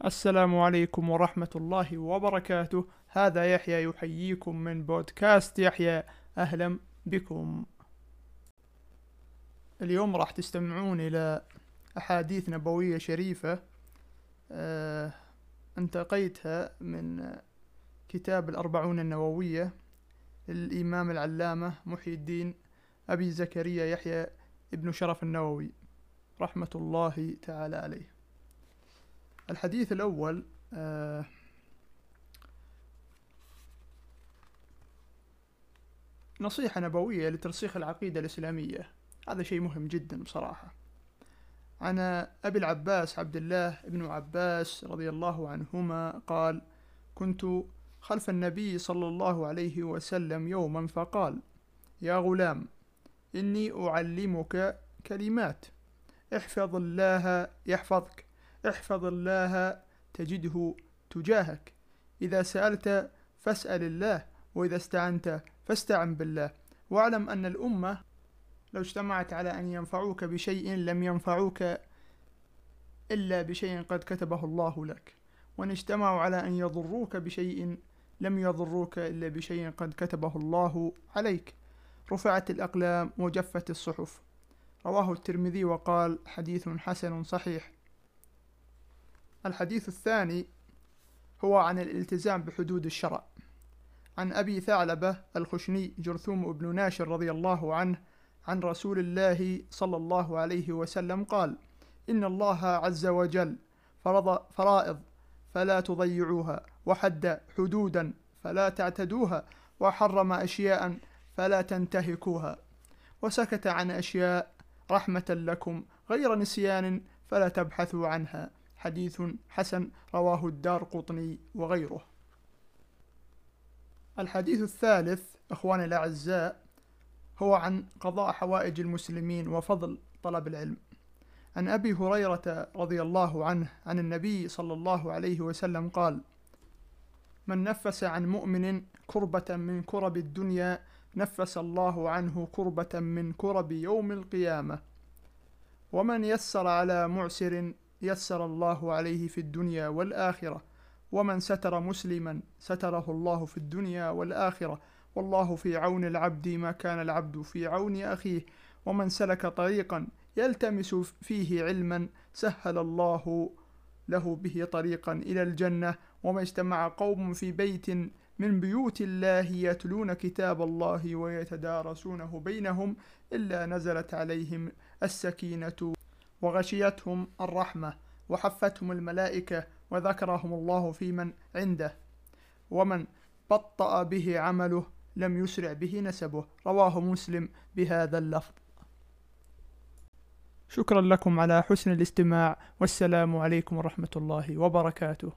السلام عليكم ورحمة الله وبركاته. هذا يحيى يحييكم من بودكاست يحيى. أهلا بكم. اليوم راح تستمعون إلى أحاديث نبوية شريفة انتقيتها من كتاب الأربعون النووية للإمام العلامة محي الدين أبي زكريا يحيى ابن شرف النووي رحمة الله تعالى عليه. الحديث الأول نصيحة نبوية لترسيخ العقيدة الإسلامية. هذا شيء مهم جدا بصراحة. عن أبي العباس عبد الله بن عباس رضي الله عنهما قال: كنت خلف النبي صلى الله عليه وسلم يوما فقال: يا غلام، إني أعلمك كلمات، احفظ الله يحفظك، احفظ الله تجده تجاهك، إذا سألت فاسأل الله، وإذا استعنت فاستعن بالله، واعلم أن الأمة لو اجتمعت على أن ينفعوك بشيء لم ينفعوك إلا بشيء قد كتبه الله لك، وإن اجتمعوا على أن يضروك بشيء لم يضروك إلا بشيء قد كتبه الله عليك. رفعت الأقلام وجفت الصحف. رواه الترمذي وقال: حديث حسن صحيح. الحديث الثاني هو عن الالتزام بحدود الشرع. عن أبي ثعلبة الخشني جرثوم بن ناشر رضي الله عنه عن رسول الله صلى الله عليه وسلم قال: إن الله عز وجل فرض فرائض فلا تضيعوها، وحد حدودا فلا تعتدوها، وحرم أشياء فلا تنتهكوها، وسكت عن أشياء رحمة لكم غير نسيان فلا تبحثوا عنها. حديث حسن رواه الدارقطني وغيره. الحديث الثالث أخواني الأعزاء هو عن قضاء حوائج المسلمين وفضل طلب العلم. عن أبي هريرة رضي الله عنه عن النبي صلى الله عليه وسلم قال: من نفس عن مؤمن كربة من كرب الدنيا نفس الله عنه كربة من كرب يوم القيامة، ومن يسر على معسر يسر الله عليه في الدنيا والآخرة، ومن ستر مسلما ستره الله في الدنيا والآخرة، والله في عون العبد ما كان العبد في عون أخيه، ومن سلك طريقا يلتمس فيه علما سهل الله له به طريقا إلى الجنة. وما اجتمع قوم في بيت من بيوت الله يتلون كتاب الله ويتدارسونه بينهم إلا نزلت عليهم السكينة وغشيتهم الرحمة وحفتهم الملائكة وذكرهم الله في من عنده، ومن بطأ به عمله لم يسرع به نسبه. رواه مسلم بهذا اللفظ. شكرا لكم على حسن الاستماع، والسلام عليكم ورحمة الله وبركاته.